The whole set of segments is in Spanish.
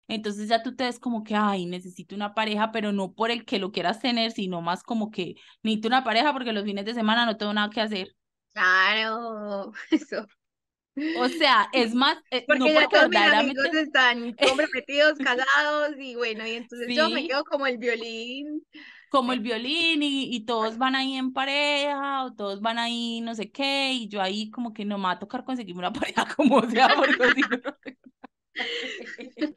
Entonces ya tú te ves como que, ay, necesito una pareja, pero no por el que lo quieras tener, sino más como que necesito una pareja porque los fines de semana no tengo nada que hacer. Claro, eso. O sea, es más, no Porque ya porque todos mis amigos verdaderamente, están comprometidos, casados, y bueno, y entonces yo me sí, quedo como el violín. como eh, el violín y todos van ahí en pareja o todos van ahí no sé qué, y yo ahí como que no me va a tocar conseguirme una pareja como sea, porque si no, no tengo nada que hacer.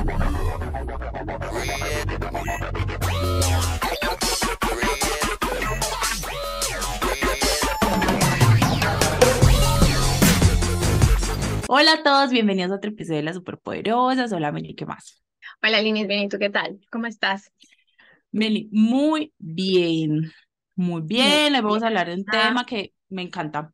Hola a todos, bienvenidos a otro episodio de Las Superpoderosas. Hola, Meli, ¿qué más? Hola, Linis, bien, ¿y tú qué tal? ¿Cómo estás? Meli, muy bien, muy Muy bien. Les vamos bien. a hablar de un Ah. tema que me encanta.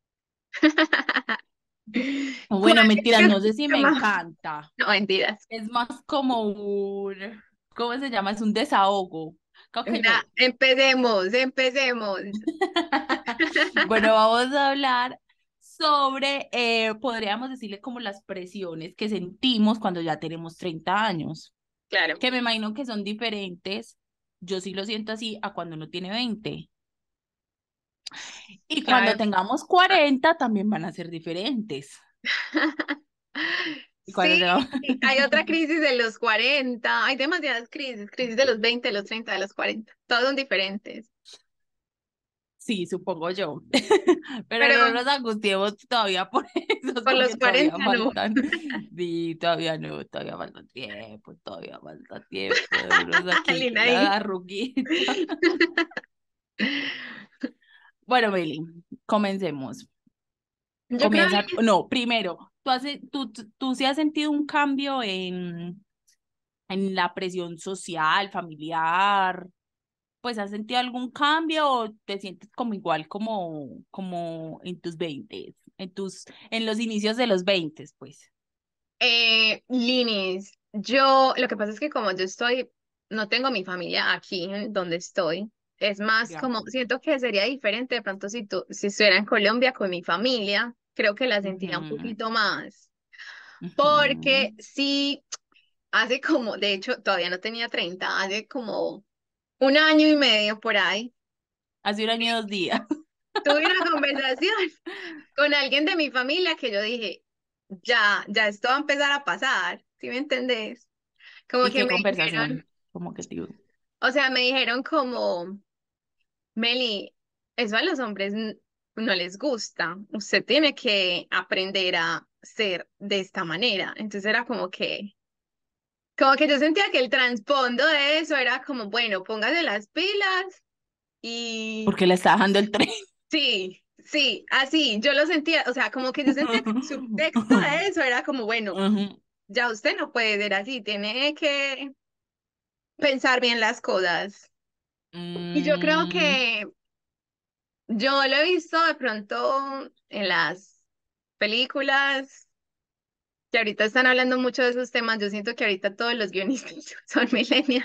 ¿Cuál Bueno, mentiras, es no sé el si me tema? encanta. No, mentiras. Es más como ¿cómo se llama? Es un desahogo. Creo que Ya, yo. empecemos. Bueno, vamos a hablar sobre, podríamos decirle como las presiones que sentimos cuando ya tenemos 30 años, Claro, que me imagino que son diferentes. Yo sí lo siento así a cuando uno tiene 20. Y cuando claro. tengamos 40 también van a ser diferentes. Y cuando Sí, tengamos... hay otra crisis de los 40. Hay demasiadas crisis de los 20, de los 30, de los 40. Todos son diferentes. Sí, supongo yo. Pero Pero no nos angustiemos todavía por eso, por los porque todavía 40 no. faltan. Sí, todavía no, todavía falta tiempo de unos aquí, Lina la ahí. arruguita. Bueno, Meli, comencemos. Yo creo Comienza, que no, primero, tú sí has sentido un cambio en la presión social, familiar. Pues, ¿has sentido algún cambio o te sientes como igual como en tus veintes, en los inicios de los veintes, pues? Linis, lo que pasa es que como yo estoy, no tengo mi familia aquí en donde estoy, es más Gran como, punto. siento que sería diferente de pronto si estuviera en Colombia con mi familia, creo que la sentiría un Ujú, poquito más, ujú. porque sí, hace como, de hecho, todavía no tenía 30, hace como un año y medio por ahí, Hace un año y 2 días. tuve una conversación con alguien de mi familia que yo dije, ya esto va a empezar a pasar, ¿sí me entendés? Como ¿Y que qué me dijeron. conversación? Como que digo, O sea, me dijeron como, Meli, eso a los hombres no les gusta. Usted tiene que aprender a ser de esta manera. Entonces era como que yo sentía que el trasfondo de eso era como, bueno, póngase las pilas y porque le está dejando el tren. sí, sí, así, yo lo sentía, o sea, como que yo sentía que el subtexto de eso era como, bueno, Ujú. ya usted no puede ser así, tiene que pensar bien las cosas. Y yo creo Mm, que yo lo he visto de pronto en las películas que ahorita están hablando mucho de esos temas. Yo siento que ahorita todos los guionistas son millennials,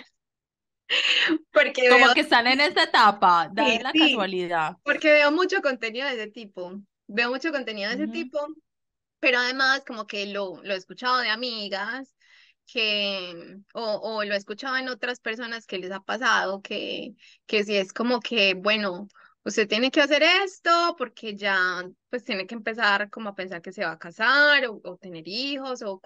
porque veo, como que están en esta etapa, da sí, la sí, casualidad. porque veo mucho contenido de ese tipo. Veo mucho contenido de ese Ujú, tipo, pero además como que lo he escuchado de amigas o lo he escuchado en otras personas que les ha pasado que si es como que, bueno, usted tiene que hacer esto porque ya pues tiene que empezar como a pensar que se va a casar o tener hijos o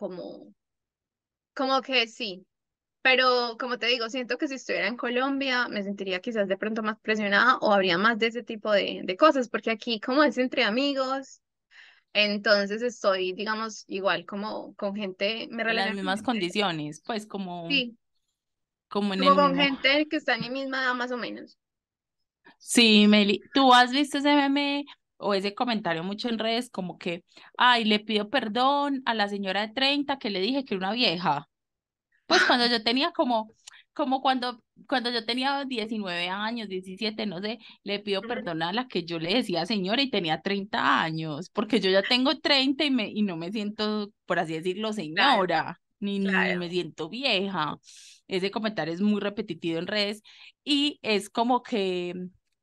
como que sí. Pero como te digo, siento que si estuviera en Colombia me sentiría quizás de pronto más presionada o habría más de ese tipo de cosas, porque aquí como es entre amigos. Entonces estoy, digamos, igual como con gente, me en las relaciono con mismas gente, condiciones, pues sí, como en como el con mismo. gente que está en mi misma edad más o menos. Sí, Meli, ¿tú has visto ese meme o ese comentario mucho en redes como que, ay, le pido perdón a la señora de 30 que le dije que era una vieja? Pues cuando yo tenía como cuando yo tenía 19 años, 17 no sé, le pido Ujú. perdón a la que yo le decía señora y tenía 30 años, porque yo ya tengo 30 y no me siento, por así decirlo, Claro, señora, ni claro. me siento vieja. Ese comentario es muy repetitivo en redes y es como que,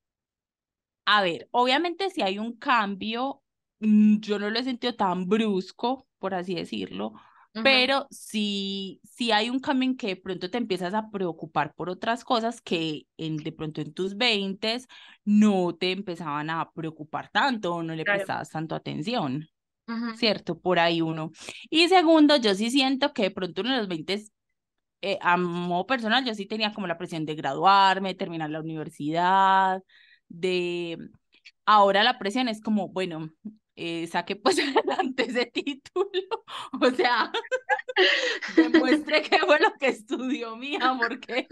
a ver, obviamente si hay un cambio, yo no lo he sentido tan brusco, por así decirlo, Ujú, pero sí hay un cambio en que de pronto te empiezas a preocupar por otras cosas que de pronto en tus veintes no te empezaban a preocupar tanto o no le claro. prestabas tanto atención, Ujú, ¿cierto? Por ahí uno. Y segundo, yo sí siento que de pronto uno en los veintes, a modo personal, yo sí tenía como la presión de graduarme, terminar la universidad, de... Ahora la presión es como, bueno, saque pues adelante ese título, o sea, demuestre qué fue lo que estudió mi hija, porque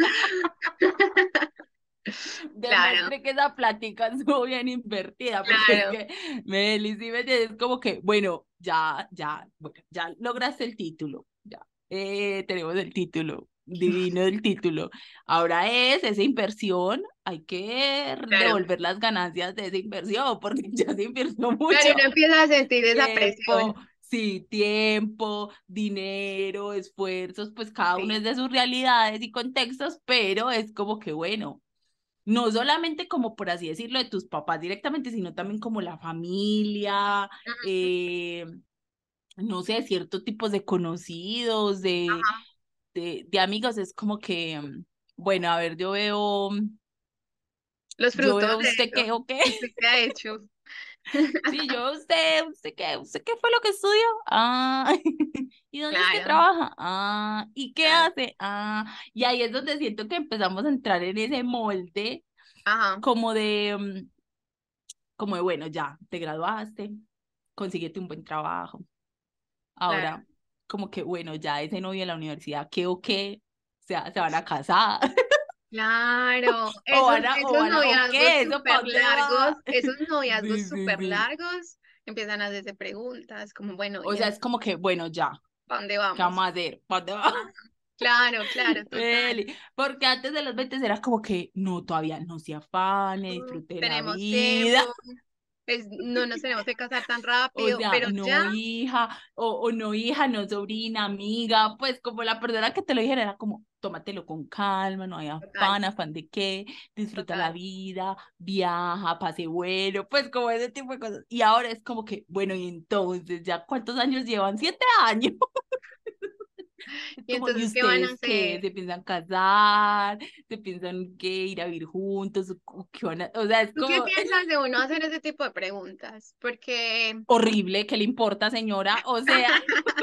claro, demuestre que esa plática estuvo bien invertida, porque es claro. que, Meli, sí me entiendes, es como que, bueno, bueno, ya lograste el título, ya, tenemos el título, divino el título. Ahora es esa inversión, hay que Claro, devolver las ganancias de esa inversión, porque ya se invirtió claro, mucho. y uno empieza a sentir esa Tiempo, presión. sí, tiempo, dinero, esfuerzos, pues cada uno Sí. es de sus realidades y contextos, pero es como que bueno, no solamente como por así decirlo de tus papás directamente, sino también como la familia, Ujú, eh, no sé, ciertos tipos de conocidos, ajá. de amigos, es como que, bueno, a ver, Los yo frutos veo de usted eso. qué o qué. ¿Usted qué ha hecho? Sí, yo, usted qué fue lo que estudió? Ah, ¿y dónde es que Claro, trabaja? Ah, ¿y qué claro. hace? Ah, y ahí es donde siento que empezamos a entrar en ese molde Ajá, como de, como de, bueno, ya, te graduaste, consíguete un buen trabajo. claro. Ahora, como que, bueno, ya ese novio en la universidad, ¿qué o qué? O sea, se van a casar, Claro, o qué, ¿eso para dónde va? esos noviazgos Sí, sí, súper sí. largos, empiezan a hacerse preguntas, como, bueno, O ¿y sea, es como que, bueno, ya, para dónde ¿qué vamos vamos? a hacer? ¿Para dónde va? Ajá. Claro, claro, total. Eli, porque antes de los 20 era como que no, todavía no se afane, disfrute de la Tenemos vida, tiempo, pues no nos tenemos que casar tan o rápido, sea, pero ya, no hija, o no hija, no sobrina, amiga, pues como la persona que te lo dijera era como, tómatelo con calma, no hay total, afán de qué, disfruta la total. vida, viaja, pase bueno, pues como ese tipo de cosas. Y ahora es como que, bueno, y entonces, ¿ya cuántos años llevan? 7 años. Y Como, ¿y entonces, ¿qué van a ustedes qué? hacer? ¿Se piensan casar? ¿Se piensan que ir a vivir juntos? ¿O qué van a...? O sea, es ¿Tú qué como piensas de uno hacer ese tipo de preguntas? Porque, horrible, ¿qué le importa, señora? O sea,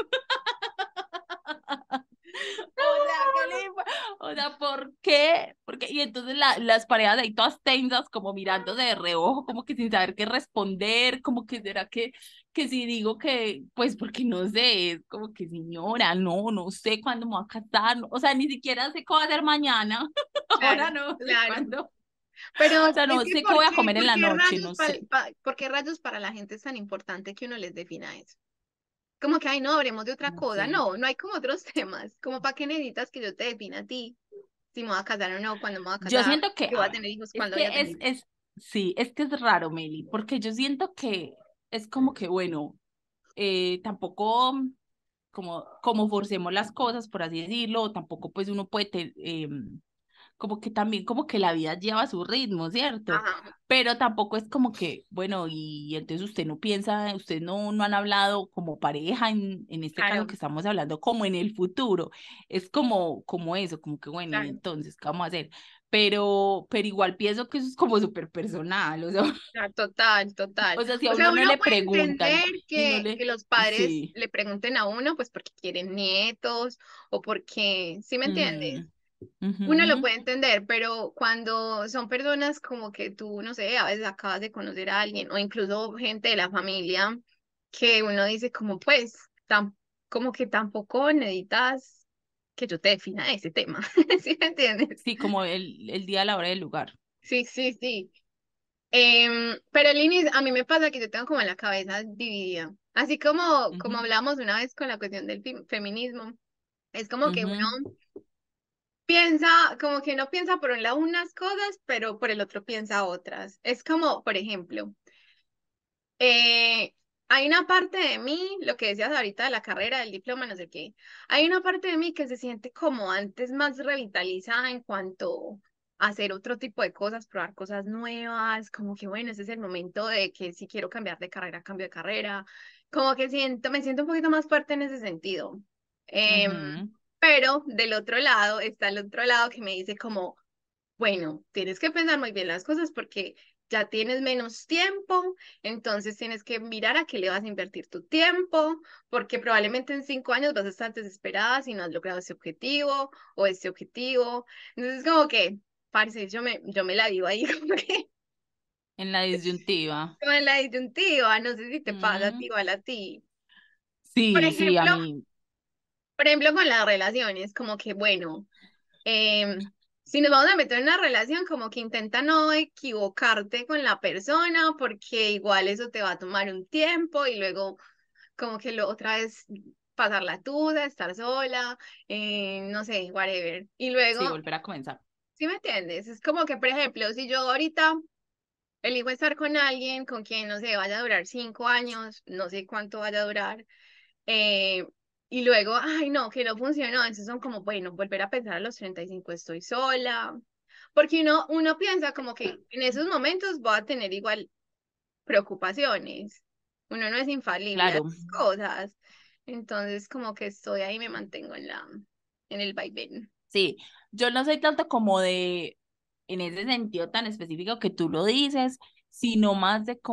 o sea, ¿qué le importa? O sea, ¿por qué? Porque, y entonces las parejas ahí todas tensas, como mirándose de reojo, como que sin saber qué responder, como que será que si digo que, pues porque no sé, es como que señora, no sé cuándo me voy a casar, o sea, ni siquiera sé qué voy a hacer mañana, claro, ahora no sé claro. cuándo. Pero O sea, es no que, sé qué voy a comer en la noche, no sé. ¿por qué rayos para la gente es tan importante que uno les defina eso? Como que, ay, no, hablemos de otra No cosa. sé. No, no hay como otros temas. Como para qué necesitas que yo te defina a ti si me voy a casar o no, cuándo me voy a Yo casar, siento que, si voy a a ver, tener hijos, es cuándo voy a que tener hijos. sí, es que es raro, Meli, porque yo siento que es como que, bueno, tampoco como forcemos las cosas, por así decirlo, o tampoco pues uno puede, como que también como que la vida lleva su ritmo, ¿cierto? Ajá, Pero tampoco es como que, bueno, y entonces usted no piensa, usted no han hablado como pareja en este caso claro, que estamos hablando, como en el futuro. Es como eso, como que bueno, y claro. entonces, ¿qué vamos a hacer? Pero igual pienso que eso es como súper personal, o sea, Ah, total, total. o sea, si a O sea, uno no uno le puede preguntan entender y no que le, los padres sí. le pregunten a uno, pues porque quieren nietos o porque, ¿sí me entiendes? Mm, Uno lo ujú. puede entender, pero cuando son personas como que tú, no sé, a veces acabas de conocer a alguien o incluso gente de la familia que uno dice como pues, como que tampoco necesitas que yo te defina ese tema, ¿sí me entiendes? Sí, como el día, la hora y el lugar. Sí, sí, sí. Pero el inicio, a mí me pasa que yo tengo como la cabeza dividida. Así como Ujú, hablamos una vez con la cuestión del feminismo, es como que uno ujú. piensa, como que no piensa por un lado unas cosas, pero por el otro piensa otras. Es como, por ejemplo, hay una parte de mí, lo que decías ahorita de la carrera, del diploma, no sé qué, hay una parte de mí que se siente como antes más revitalizada en cuanto a hacer otro tipo de cosas, probar cosas nuevas, como que bueno, ese es el momento de que si quiero cambiar de carrera, cambio de carrera, como que me siento un poquito más fuerte en ese sentido. Em, Ujú. pero del otro lado está el otro lado que me dice como, bueno, tienes que pensar muy bien las cosas porque ya tienes menos tiempo, entonces tienes que mirar a qué le vas a invertir tu tiempo, porque probablemente en 5 años vas a estar desesperada si no has logrado ese objetivo o ese objetivo. Entonces, como que, parce, yo me la vivo ahí como que En la disyuntiva. como en la disyuntiva, no sé si te pasa a ti Mm. igual a ti. Por Sí, sí, a ejemplo, mí, por ejemplo, con las relaciones, como que, bueno. Si nos vamos a meter en una relación, como que intenta no equivocarte con la persona, porque igual eso te va a tomar un tiempo y luego como que otra vez pasar la tuya, estar sola, no sé, whatever. Y sí, luego, volver a comenzar. ¿sí me entiendes? Es como que, por ejemplo, si yo ahorita elijo estar con alguien con quien, no sé, vaya a durar 5 años, no sé cuánto vaya a durar, eh, y luego, ay, no, que no funcionó. Entonces son como, bueno, volver a pensar a los 35 estoy sola. Porque uno piensa como que en esos momentos voy a tener igual preocupaciones. Uno no es infalible a Claro, esas cosas. Entonces, como que estoy ahí, me mantengo en el vaivén. sí. Yo no soy tanto como de, en ese sentido tan específico que tú lo dices, sino más de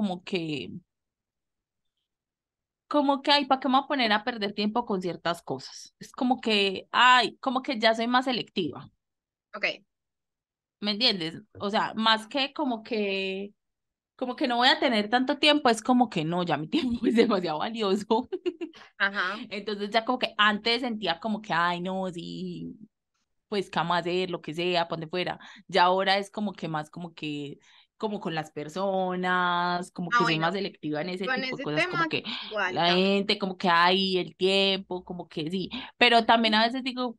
como que, ay, ¿para qué me voy a poner a perder tiempo con ciertas cosas? Es como que, ay, como que ya soy más selectiva, Ok, ¿me entiendes? O sea, más que como que no voy a tener tanto tiempo, es como que no, ya mi tiempo es demasiado valioso. ajá. Entonces ya como que antes sentía como que, ay, no, sí, pues qué vamos a hacer, lo que sea, para donde fuera. Ya ahora es como que más como con las personas, como Ah, que soy bueno, más selectiva en ese con tipo de ese cosas, como tema que igual la también. gente, como que hay el tiempo, como que sí. Pero también a veces digo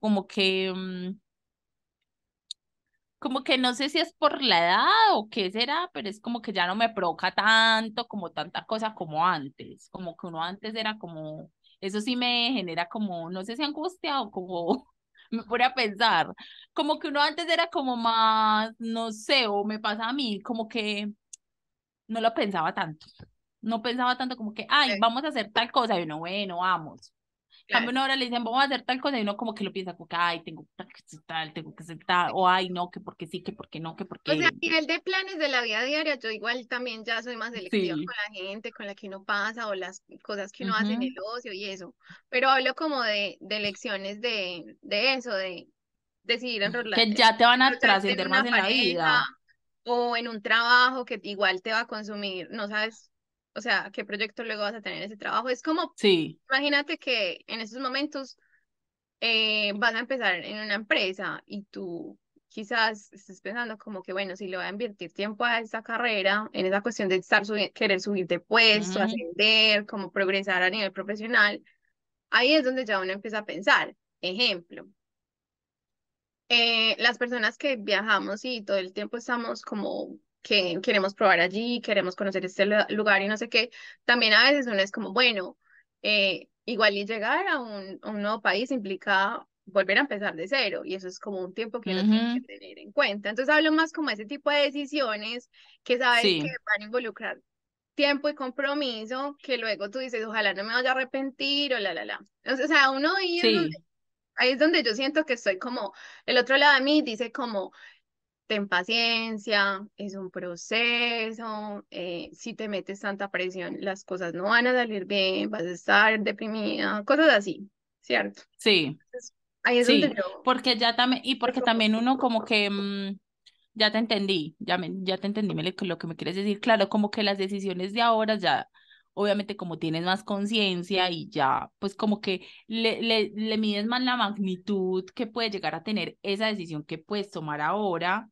como que no sé si es por la edad o qué será, pero es como que ya no me provoca tanto, como tanta cosa como antes, como que uno antes era como, eso sí me genera como, no sé si angustia o como, me pone a pensar, como que uno antes era como más, no sé, o me pasa a mí, como que no lo pensaba tanto, no pensaba tanto como que, ay, Ok, vamos a hacer tal cosa, y uno, bueno, vamos. Cambio claro. una hora le dicen, vamos a hacer tal cosa, y uno como que lo piensa, como que, ay, tengo que hacer tal, tengo que hacer tal, o ay, no, que porque sí, que porque no, que O sea, a porque nivel de planes de la vida diaria, yo igual también ya soy más selectiva sí. con la gente con la que uno pasa o las cosas que uno hace en el Ujú. ocio y eso. Pero hablo como de lecciones de eso, de decidir Que ya te van a enrollarte en trascender una más en la pareja vida. o en un trabajo que igual te va a consumir, no sabes, o sea, qué proyecto luego vas a tener en ese trabajo. Es como, Sí. imagínate que en esos momentos vas a empezar en una empresa y tú quizás estés pensando como que, bueno, si le voy a invertir tiempo a esta carrera, en esa cuestión de querer subir de puesto, Ujú. ascender, como progresar a nivel profesional, ahí es donde ya uno empieza a pensar. Ejemplo, las personas que viajamos y todo el tiempo estamos como que queremos probar allí, queremos conocer este lugar y no sé qué, también a veces uno es como, bueno, igual y llegar a un nuevo país implica volver a empezar de cero y eso es como un tiempo que uno tiene que Ujú. tener en cuenta. Entonces hablo más como ese tipo de decisiones que sabes que Sí, van a involucrar tiempo y compromiso, que luego tú dices, ojalá no me vaya a arrepentir o la. O sea, uno sí, ahí es donde yo siento que estoy como, el otro lado de mí dice como, ten paciencia, es un proceso, si te metes tanta presión, las cosas no van a salir bien, vas a estar deprimida, cosas así, ¿cierto? sí, Entonces, ahí es donde sí. yo Porque ya también, y me porque también preocupo. uno como que ya te entendí, ya te entendí lo que me quieres decir. Claro, como que las decisiones de ahora ya, obviamente como tienes más conciencia y ya, pues como que le mides más la magnitud que puede llegar a tener esa decisión que puedes tomar ahora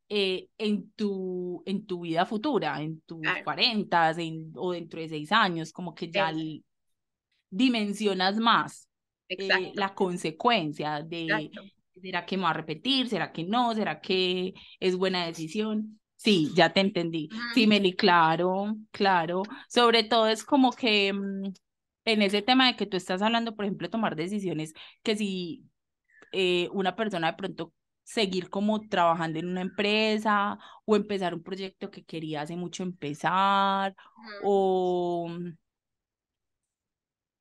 en tu vida futura, en tus Claro, 40 o dentro de 6 años, como que ya eso, dimensionas más exacto, la consecuencia de, exacto. ¿será que me va a repetir? ¿Será que no? ¿Será que es buena decisión? Sí, ya te entendí. Sí, Ujú, Meli, claro, claro. Sobre todo es como que en ese tema de que tú estás hablando, por ejemplo, de tomar decisiones, que si una persona de pronto seguir como trabajando en una empresa o empezar un proyecto que quería hace mucho empezar ujú, o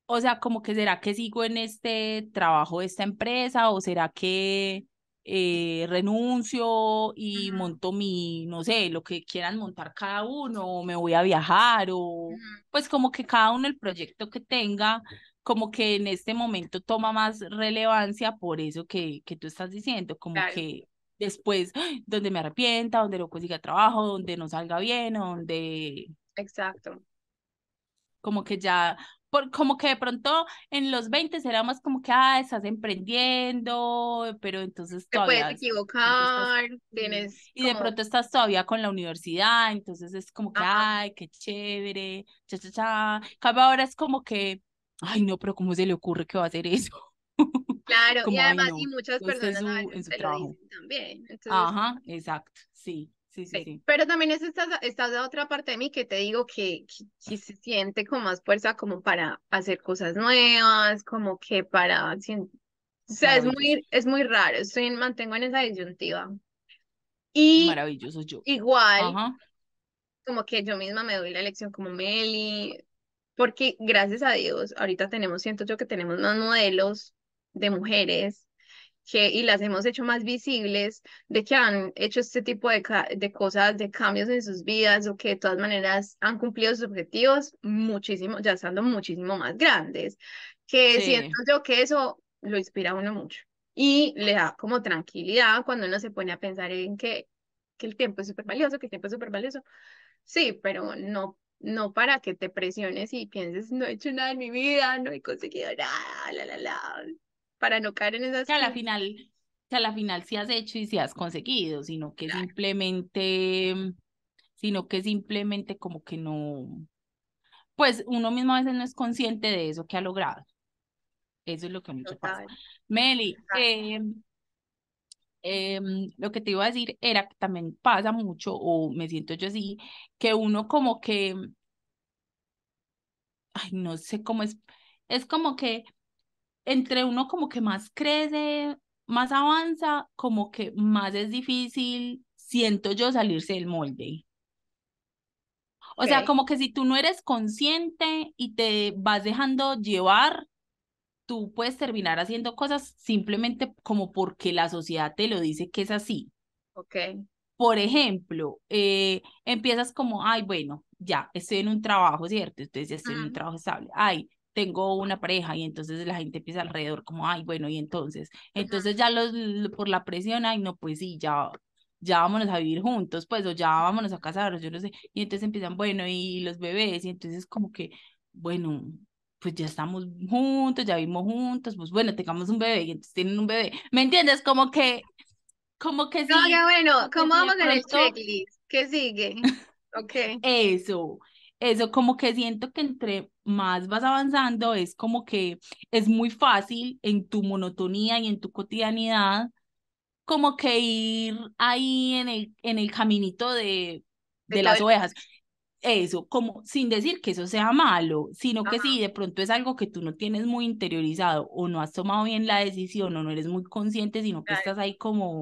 O sea, como que será que sigo en este trabajo de esta empresa o será que renuncio y Ujú, monto mi, no sé, lo que quieran montar cada uno, o me voy a viajar, o ujú, pues como que cada uno el proyecto que tenga, como que en este momento toma más relevancia por eso que tú estás diciendo, como claro, que después, ¡ay! Donde me arrepienta, donde no consiga trabajo, donde no salga bien, o donde exacto. como que ya, como que de pronto en los 20 será más como que, ah, estás emprendiendo, pero entonces Te puedes todavía de pronto estás, equivocar, tienes y de como, pronto estás todavía con la universidad, entonces es como que, ajá, ay, qué chévere, cha, cha, cha. Cambio ahora es como que, ay, no, pero ¿cómo se le ocurre que va a hacer eso? claro, y Como, ay, además, y no, muchas no esté personas a en veces su te lo trabajo. dicen también, entonces, Ajá, exacto, sí, sí, sí, sí. sí. Pero también es esta la otra parte de mí que te digo que se siente con más fuerza como para hacer cosas nuevas, como que para, o sea, Maravilloso, es muy raro, mantengo en esa disyuntiva. Y maravilloso yo. igual, Ajá, como que yo misma me doy la lección como Meli, porque gracias a Dios, ahorita tenemos, siento yo que tenemos más modelos de mujeres y las hemos hecho más visibles de que han hecho este tipo de cosas, de cambios en sus vidas o que de todas maneras han cumplido sus objetivos muchísimo, ya estando muchísimo más grandes, que siento sí. yo que eso lo inspira a uno mucho y le da como tranquilidad cuando uno se pone a pensar en que el tiempo es súper valioso, que el tiempo es súper valioso. Sí, pero no para que te presiones y pienses, no he hecho nada en mi vida, no he conseguido nada, para no caer en esas Que a la crisis. final, que a la final sí has hecho y sí has conseguido, Claro, sino que simplemente como que no, pues uno mismo a veces no es consciente de eso que ha logrado. Eso es lo que mucho pasa. total. Meli, Total. lo que te iba a decir era que también pasa mucho, o me siento yo así, que uno como que, ay, no sé cómo es como que entre uno como que más crece, más avanza, como que más es difícil, siento yo, salirse del molde. O sea, Ok, como que si tú no eres consciente y te vas dejando llevar, tú puedes terminar haciendo cosas simplemente como porque la sociedad te lo dice que es así. ok. Por ejemplo, empiezas como, ay, bueno, ya estoy en un trabajo, ¿cierto? Entonces ya estoy en un Ujú, trabajo estable. Ay, tengo una pareja y entonces la gente empieza alrededor como, ay, bueno, y entonces ujú, ya por la presión, ay, no, pues sí, ya vámonos a vivir juntos, pues, o ya vámonos a casarnos, yo no sé. Y entonces empiezan, bueno, y los bebés, y entonces como que, bueno, pues ya estamos juntos, ya vivimos juntos, pues bueno, tengamos un bebé, y entonces tienen un bebé. ¿Me entiendes? No, qué bueno, Como que ¿cómo si de vamos en el pronto checklist? ¿Qué sigue? Ok, eso, eso como que siento que entre más vas avanzando es como que es muy fácil en tu monotonía y en tu cotidianidad como que ir ahí en el caminito de de todo las el ovejas. Eso, como sin decir que eso sea malo, sino que Ajá, si de pronto es algo que tú no tienes muy interiorizado o no has tomado bien la decisión o no eres muy consciente, sino que claro. estás ahí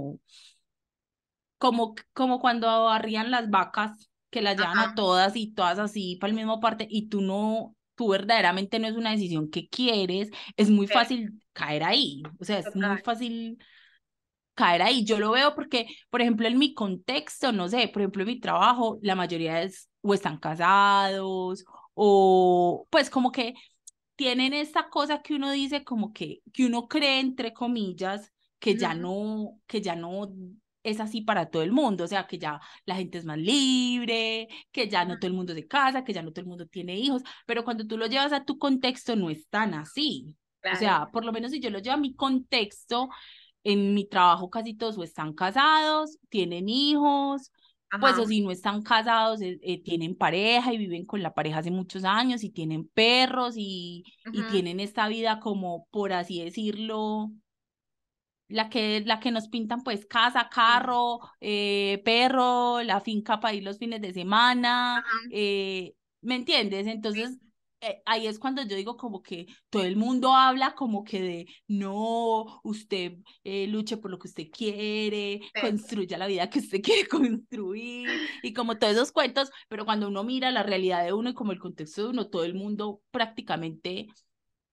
como cuando arrían las vacas que las llevan a Ajá, todas y todas así para el mismo parte y tú verdaderamente no es una decisión que quieres, es muy sí, fácil caer ahí, o sea, es muy total. fácil caer ahí. Yo lo veo porque, por ejemplo, en mi contexto, no sé, por ejemplo, en mi trabajo, la mayoría es o están casados o pues como que tienen esta cosa que uno dice como que uno cree entre comillas Ujú, que ya no es así para todo el mundo, o sea, que ya la gente es más libre, que ya no ujú, todo el mundo se casa, que ya no todo el mundo tiene hijos, pero cuando tú lo llevas a tu contexto no es tan así. O claro. sea, por lo menos si yo lo llevo a mi contexto, en mi trabajo casi todos o están casados, tienen hijos, pues Ajá. o si no están casados, tienen pareja y viven con la pareja hace muchos años y tienen perros y Ujú, tienen esta vida como, por así decirlo, la que nos pintan pues casa, sí, carro, perro, la finca para ir los fines de semana, ajá, ¿me entiendes? sí, Entonces, ahí es cuando yo digo como que todo el mundo habla como que de, no, usted luche por lo que usted quiere, sí, construya la vida que usted quiere construir y como todos esos cuentos, pero cuando uno mira la realidad de uno y como el contexto de uno, todo el mundo prácticamente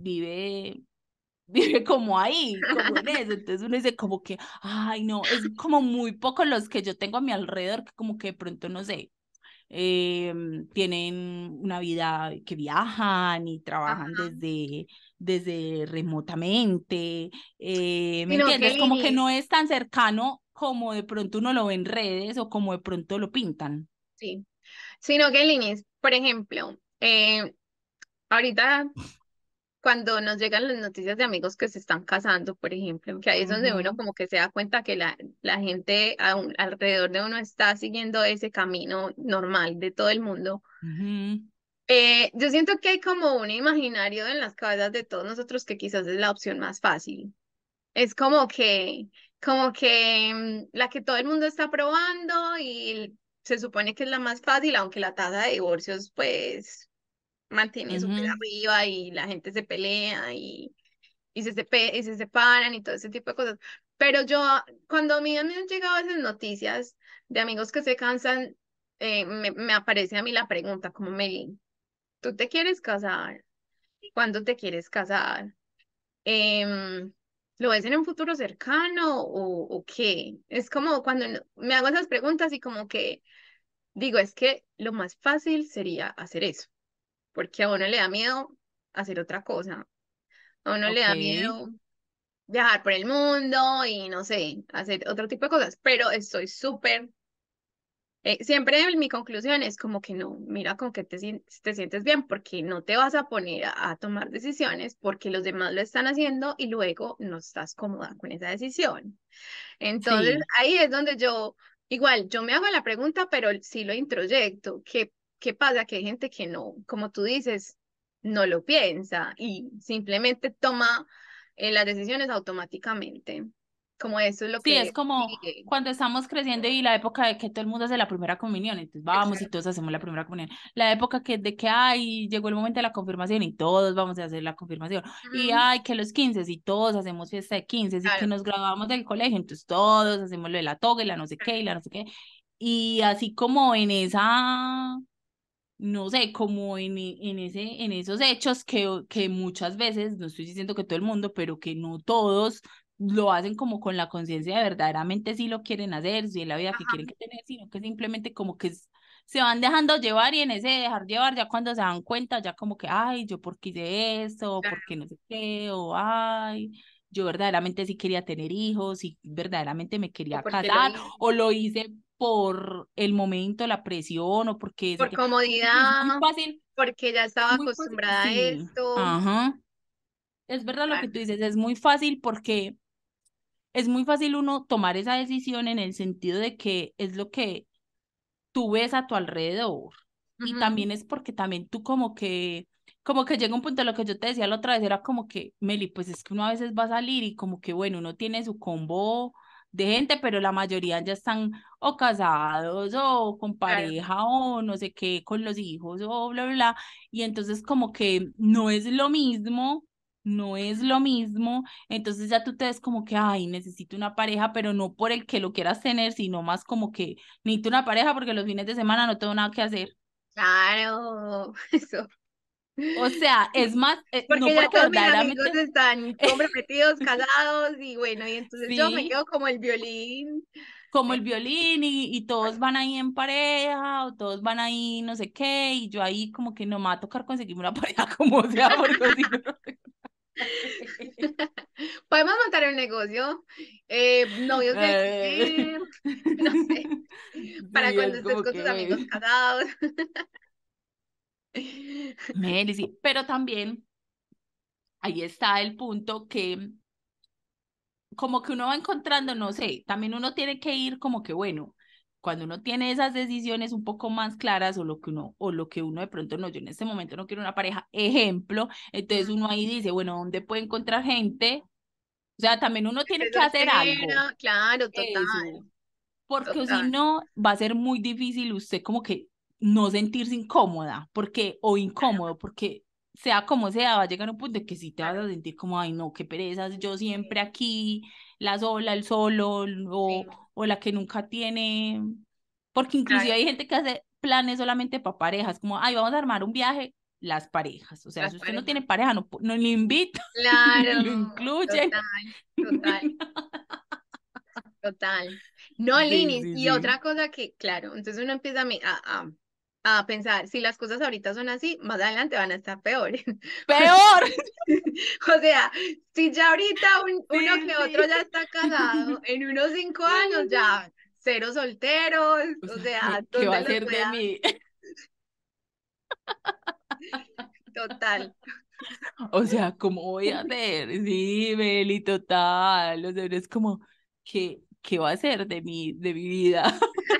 vive, vive como ahí, como en eso. Entonces uno dice como que, ay, no, es como muy poco los que yo tengo a mi alrededor, que como que de pronto, no sé, tienen una vida que viajan y trabajan Ajá. desde remotamente, ¿me Sino que entiendes? Como que Linis, no es tan cercano como de pronto uno lo ve en redes o como de pronto lo pintan. sí, sino que Linis, por ejemplo, ahorita cuando nos llegan las noticias de amigos que se están casando, por ejemplo, que ahí es donde uno Ujú, como que se da cuenta que la gente alrededor de uno está siguiendo ese camino normal de todo el mundo. ujú, Yo siento que hay como un imaginario en las cabezas de todos nosotros que quizás es la opción más fácil. Es como que la que todo el mundo está probando y se supone que es la más fácil, aunque la tasa de divorcios pues mantiene súper ujú. arriba y la gente se pelea y se separan y todo ese tipo de cosas. Pero yo, cuando a mí me han llegado esas noticias de amigos que se cansan, me aparece a mí la pregunta como, Meli, ¿tú te quieres casar? ¿Cuándo te quieres casar? Em, ¿Lo ves en un futuro cercano o qué? Es como cuando me hago esas preguntas y como que digo, es que lo más fácil sería hacer eso, porque a uno le da miedo hacer otra cosa, a uno le Ok. da miedo viajar por el mundo y no sé, hacer otro tipo de cosas, pero estoy súper siempre mi conclusión es como que no, mira con que te sientes bien porque no te vas a poner a tomar decisiones porque los demás lo están haciendo y luego no estás cómoda con esa decisión. Entonces Sí, ahí es donde igual, yo me hago la pregunta, pero sí lo introyecto. ¿Qué pasa? Que hay gente que no, como tú dices, no lo piensa y simplemente toma las decisiones automáticamente. Como eso es lo sí, es que como sigue. cuando estamos creciendo y la época de que todo el mundo hace la primera comunión, entonces vamos y Exacto. todos hacemos la primera comunión. La época de que, ay, llegó el momento de la confirmación y todos vamos a hacer la confirmación. Y, Ujú, ay, que los 15 y todos hacemos fiesta de 15 y que claro. nos graduamos del colegio, entonces todos hacemos lo de la toga y la no sé qué y la no sé qué. Y así como en esa, no sé, como en esos hechos que muchas veces, no estoy diciendo que todo el mundo, pero que no todos lo hacen como con la conciencia de verdaderamente si lo quieren hacer, si es la vida que Ajá. quieren que tener, sino que simplemente como que se van dejando llevar y en ese dejar llevar, ya cuando se dan cuenta, ya como que, ay, yo por qué hice esto, o por Claro. qué no sé qué, o ay, yo verdaderamente sí quería tener hijos, y verdaderamente me ¿O quería por qué lo casar, hice? o lo hice por el momento, la presión, o porque sé Por que, porque sí, comodidad, porque ya es estaba muy fácil, acostumbrada a sí, esto. ajá, es verdad lo que Claro. tú dices, es muy fácil porque es muy fácil uno tomar esa decisión en el sentido de que es lo que tú ves a tu alrededor. Y Ujú, también es porque también tú como que llega un punto, lo que yo te decía la otra vez, era como que, Meli, pues es que uno a veces va a salir y como que, bueno, uno tiene su combo de gente, pero la mayoría ya están o casados o con claro. pareja o no sé qué, con los hijos o bla, bla, bla. Y entonces como que no es lo mismo. No es lo mismo, entonces ya tú te ves como que, ay, necesito una pareja, pero no por el que lo quieras tener, sino más como que necesito una pareja porque los fines de semana no tengo nada que hacer. Claro, eso. O sea, es más, no Porque ya porque todos mis amigos verdaderamente, están comprometidos, casados y bueno, y entonces yo me sí, quedo como el violín. como eh, el violín y todos van ahí en pareja o todos van ahí no sé qué y yo ahí como que no me va a tocar conseguirme una pareja como sea porque si no, no tengo nada que hacer. Podemos montar un negocio, novios de Eh, alquiler, no sé, para Sí, cuando es estés como con tus que, amigos casados. Meli, sí, pero también ahí está el punto que como que uno va encontrando, no sé, también uno tiene que ir como que, bueno, cuando uno tiene esas decisiones un poco más claras o lo que uno de pronto no, yo en este momento no quiero una pareja, ejemplo, entonces uno ahí dice, bueno, ¿dónde puede encontrar gente? O sea, también uno tiene Estés que hacer algo, soltera, claro, total, eso, porque si total. no, va a ser muy difícil usted como que no sentirse incómoda, porque, o Claro, incómodo, porque sea como sea, va a llegar un punto en que sí te vas claro, a sentir como, ay, no, qué perezas, yo sí, siempre aquí, la sola, el solo, sí, o la que nunca tiene, porque inclusive claro. hay gente que hace planes solamente para parejas, como, ay, vamos a armar un viaje. las parejas. O sea, las si usted no parejas. tiene pareja, no, no le invita, ni lo Claro, incluyen. total, total. Total. No, Sí, Lini, sí, y sí. otra cosa que, claro, entonces uno empieza a pensar, si las cosas ahorita son así, más adelante van a estar peores. Peor. O sea, si ya ahorita uno Sí, que otro sí. ya está casado, en unos 5 años Sí. ya cero solteros, O o sea, sea, ¿qué va ¿dónde a los ser voy de a...? mí? Total. O sea, ¿cómo voy a hacer? Sí, Meli, total. O sea, es como, ¿qué va a ser de mi vida?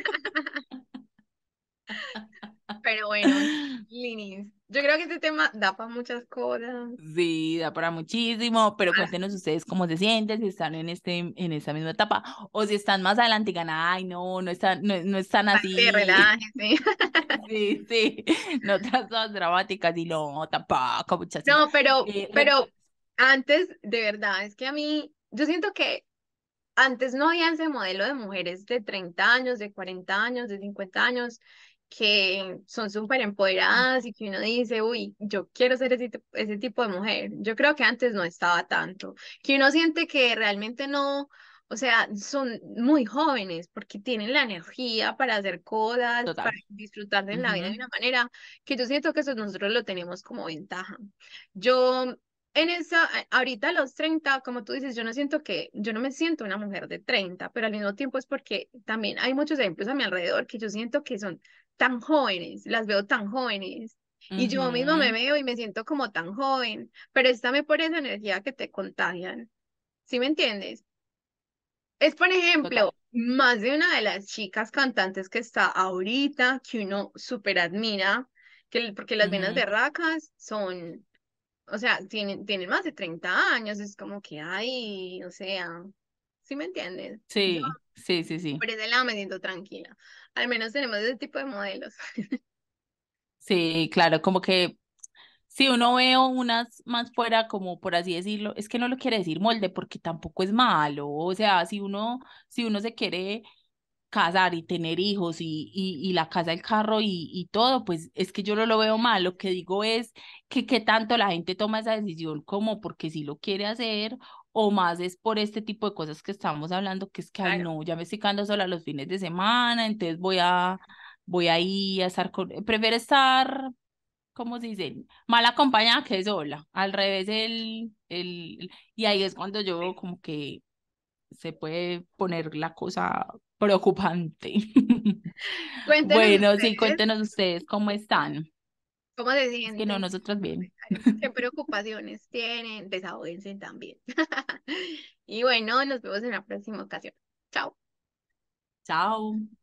Pero bueno, Linis, yo creo que este tema da para muchas cosas. Sí, da para muchísimo, pero Ah, cuéntenos ustedes cómo se sienten, si están en esa misma etapa, o si están más adelante y digan, ay, no, no están sí, así. relájese. Sí, sí, no otras todas dramáticas y no, tampoco, muchachos. No, pero, Eh, re- pero antes, de verdad, es que a mí, yo siento que antes no había ese modelo de mujeres de 30 años, de 40 años, de 50 años, que son súper empoderadas y que uno dice, uy, yo quiero ser ese tipo de mujer. Yo creo que antes no estaba tanto, que uno siente que realmente no, o sea, son muy jóvenes porque tienen la energía para hacer cosas, Total. para disfrutar de la vida de Ujú. una manera que yo siento que eso nosotros lo tenemos como ventaja. Yo ahorita a los 30 como tú dices, yo no me siento una mujer de 30 pero al mismo tiempo es porque también hay muchos ejemplos a mi alrededor que yo siento que son tan jóvenes, las veo tan jóvenes, y yo mismo me Ujú. veo y me siento como tan joven, pero es también por esa energía que te contagian, ¿sí me entiendes? Es, por Total. ejemplo, más de una de las chicas cantantes que está ahorita, que uno súper admira, porque las venas Ujú. berracas son, o sea, tienen más de 30 años, es como que, ay, o sea, ¿sí me entiendes? Yo Sí, sí, sí, sí. por ese lado me siento tranquila. Al menos tenemos ese tipo de modelos. Sí, claro, como que si uno ve unas más fuera, como por así decirlo, es que no lo quiere decir molde porque tampoco es malo. O sea, si uno se quiere casar y tener hijos y la casa, el carro y todo, pues es que yo no lo veo mal. Lo que digo es que qué tanto la gente toma esa decisión como porque sí lo quiere hacer o más es por este tipo de cosas que estamos hablando, que es que, ay, Claro, no, ya me estoy quedando sola los fines de semana, entonces voy a ir a estar con, prefiero estar, ¿cómo se dice? Mal acompañada que sola. Al revés, y ahí es cuando yo como que se puede poner la cosa preocupante. cuéntenos Bueno, sí, ustedes cuéntenos ustedes cómo están. cómo se Es que no, sienten, nosotras bien. qué preocupaciones tienen, desahóguense también. Y bueno, nos vemos en la próxima ocasión. Chao. Chao.